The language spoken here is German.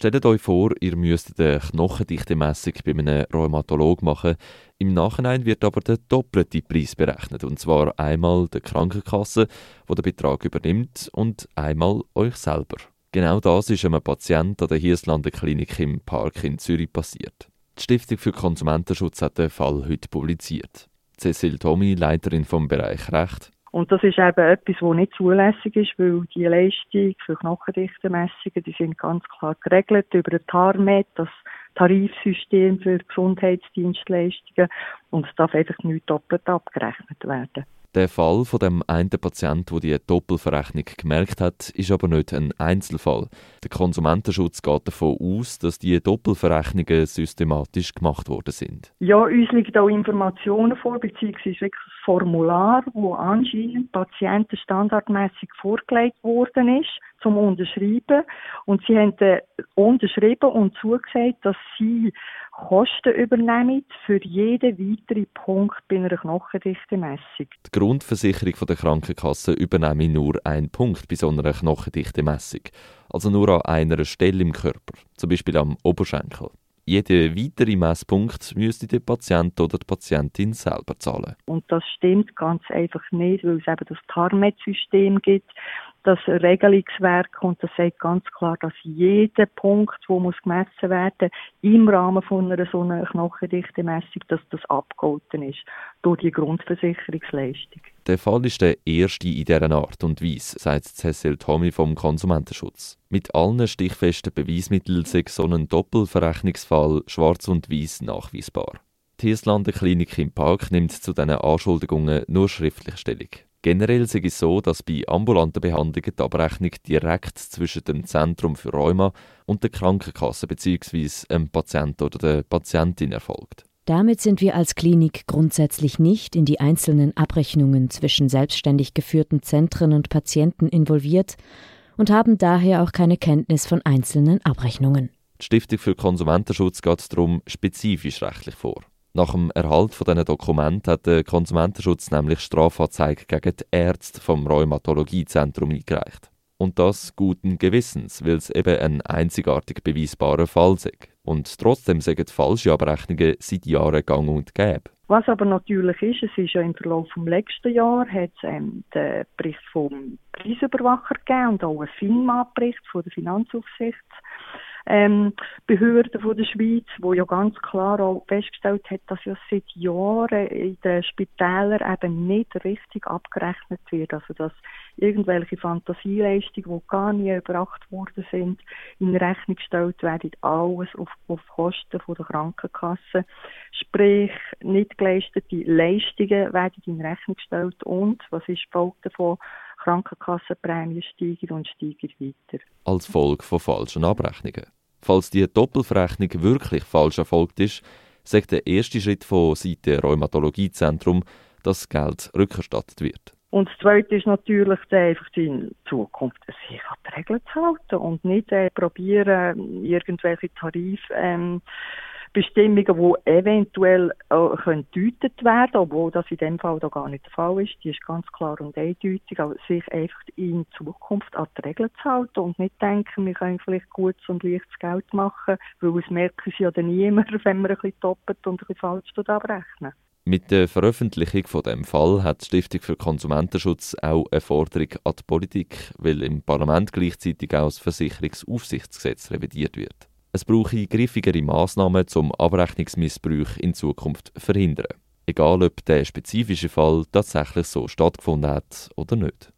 Stellt euch vor, ihr müsstet eine Knochendichte-Messung bei einem Rheumatologen machen. Im Nachhinein wird aber der doppelte Preis berechnet. Und zwar einmal der Krankenkasse, die den Betrag übernimmt, und einmal euch selber. Genau das ist einem Patient an der Hirslanden Klinik im Park in Zürich passiert. Die Stiftung für Konsumentenschutz hat den Fall heute publiziert. Cecil Thomi, Leiterin vom Bereich Recht. Und das ist eben etwas, was nicht zulässig ist, weil die Leistung für Knochendichte-Messungen, die sind ganz klar geregelt über das TARMED, das Tarifsystem für Gesundheitsdienstleistungen, und es darf einfach nicht doppelt abgerechnet werden. Der Fall von dem einen Patienten, der die Doppelverrechnung gemerkt hat, ist aber nicht ein Einzelfall. Der Konsumentenschutz geht davon aus, dass die Doppelverrechnungen systematisch gemacht worden sind. Ja, uns liegen auch Informationen vor, beziehungsweise wirklich ein Formular, wo anscheinend Patienten standardmäßig vorgelegt worden ist, zum Unterschreiben. Und sie haben unterschrieben und zugesagt, dass sie Kosten übernehmen für jeden weiteren Punkt bei einer Knochendichte-Messung. Die Grundversicherung der Krankenkasse übernehme nur einen Punkt bei so einer Knochendichte-Messung. Also nur an einer Stelle im Körper, zum Beispiel am Oberschenkel. Jeden weiteren Messpunkt müsste der Patient oder die Patientin selber zahlen. Und das stimmt ganz einfach nicht, weil es eben das TARMED-System gibt, das Regelungswerk, und das sagt ganz klar, dass jeder Punkt, der gemessen werden muss, im Rahmen von einer so einer Knochendichte-Messung, dass das abgegolten ist durch die Grundversicherungsleistung. Der Fall ist der erste in dieser Art und Weise, sagt Cecil Thomi vom Konsumentenschutz. Mit allen stichfesten Beweismitteln sei so ein Doppelverrechnungsfall schwarz und weiß nachweisbar. Die Hirslanden Klinik im Park nimmt zu diesen Anschuldigungen nur schriftlich Stellung. Generell sei es so, dass bei ambulanten Behandlungen die Abrechnung direkt zwischen dem Zentrum für Rheuma und der Krankenkasse bzw. dem Patienten oder der Patientin erfolgt. Damit sind wir als Klinik grundsätzlich nicht in die einzelnen Abrechnungen zwischen selbstständig geführten Zentren und Patienten involviert und haben daher auch keine Kenntnis von einzelnen Abrechnungen. Die Stiftung für Konsumentenschutz geht darum spezifisch rechtlich vor. Nach dem Erhalt von diesen Dokumenten hat der Konsumentenschutz nämlich Strafanzeige gegen die Ärzte vom Rheumatologiezentrum eingereicht. Und das guten Gewissens, weil es eben ein einzigartig beweisbarer Fall sei. Und trotzdem sagen falsche Abrechnungen seit Jahren gang und gäbe. Was aber natürlich ist, es ist ja im Verlauf des letzten Jahres hat es den Bericht vom Preisüberwacher gegeben und auch einen FINMA-Bericht von der Finanzaufsicht. Behörden von der Schweiz, wo ja ganz klar auch festgestellt hat, dass ja seit Jahren in den Spitälern eben nicht richtig abgerechnet wird. Also dass irgendwelche Fantasieleistungen, die gar nie erbracht worden sind, in Rechnung gestellt werden, alles auf Kosten von der Krankenkasse. Sprich, nicht geleistete Leistungen werden in Rechnung gestellt und, was ist die Folge davon? Krankenkassenprämien steigen und steigen weiter. Als Folge von falschen Abrechnungen. Falls die Doppelverrechnung wirklich falsch erfolgt ist, sagt der erste Schritt von Seiten Rheumatologiezentrum, dass Geld rückerstattet wird. Und das Zweite ist natürlich, einfach in Zukunft sich an die Regeln zu halten und nicht probieren, irgendwelche Tarifbestimmungen, die eventuell gedeutet werden können, obwohl das in dem Fall da gar nicht der Fall ist. Die ist ganz klar und eindeutig, aber sich einfach in Zukunft an die Regeln zu halten und nicht denken, wir können vielleicht gutes und leichtes Geld machen, weil es merkt es ja dann niemand, wenn man ein bisschen doppelt und ein bisschen falsch abrechnen. Mit der Veröffentlichung von dem Fall hat die Stiftung für Konsumentenschutz auch eine Forderung an die Politik, weil im Parlament gleichzeitig auch das Versicherungsaufsichtsgesetz revidiert wird. Es brauche griffigere Massnahmen, um Abrechnungsmissbrauch in Zukunft zu verhindern. Egal, ob der spezifische Fall tatsächlich so stattgefunden hat oder nicht.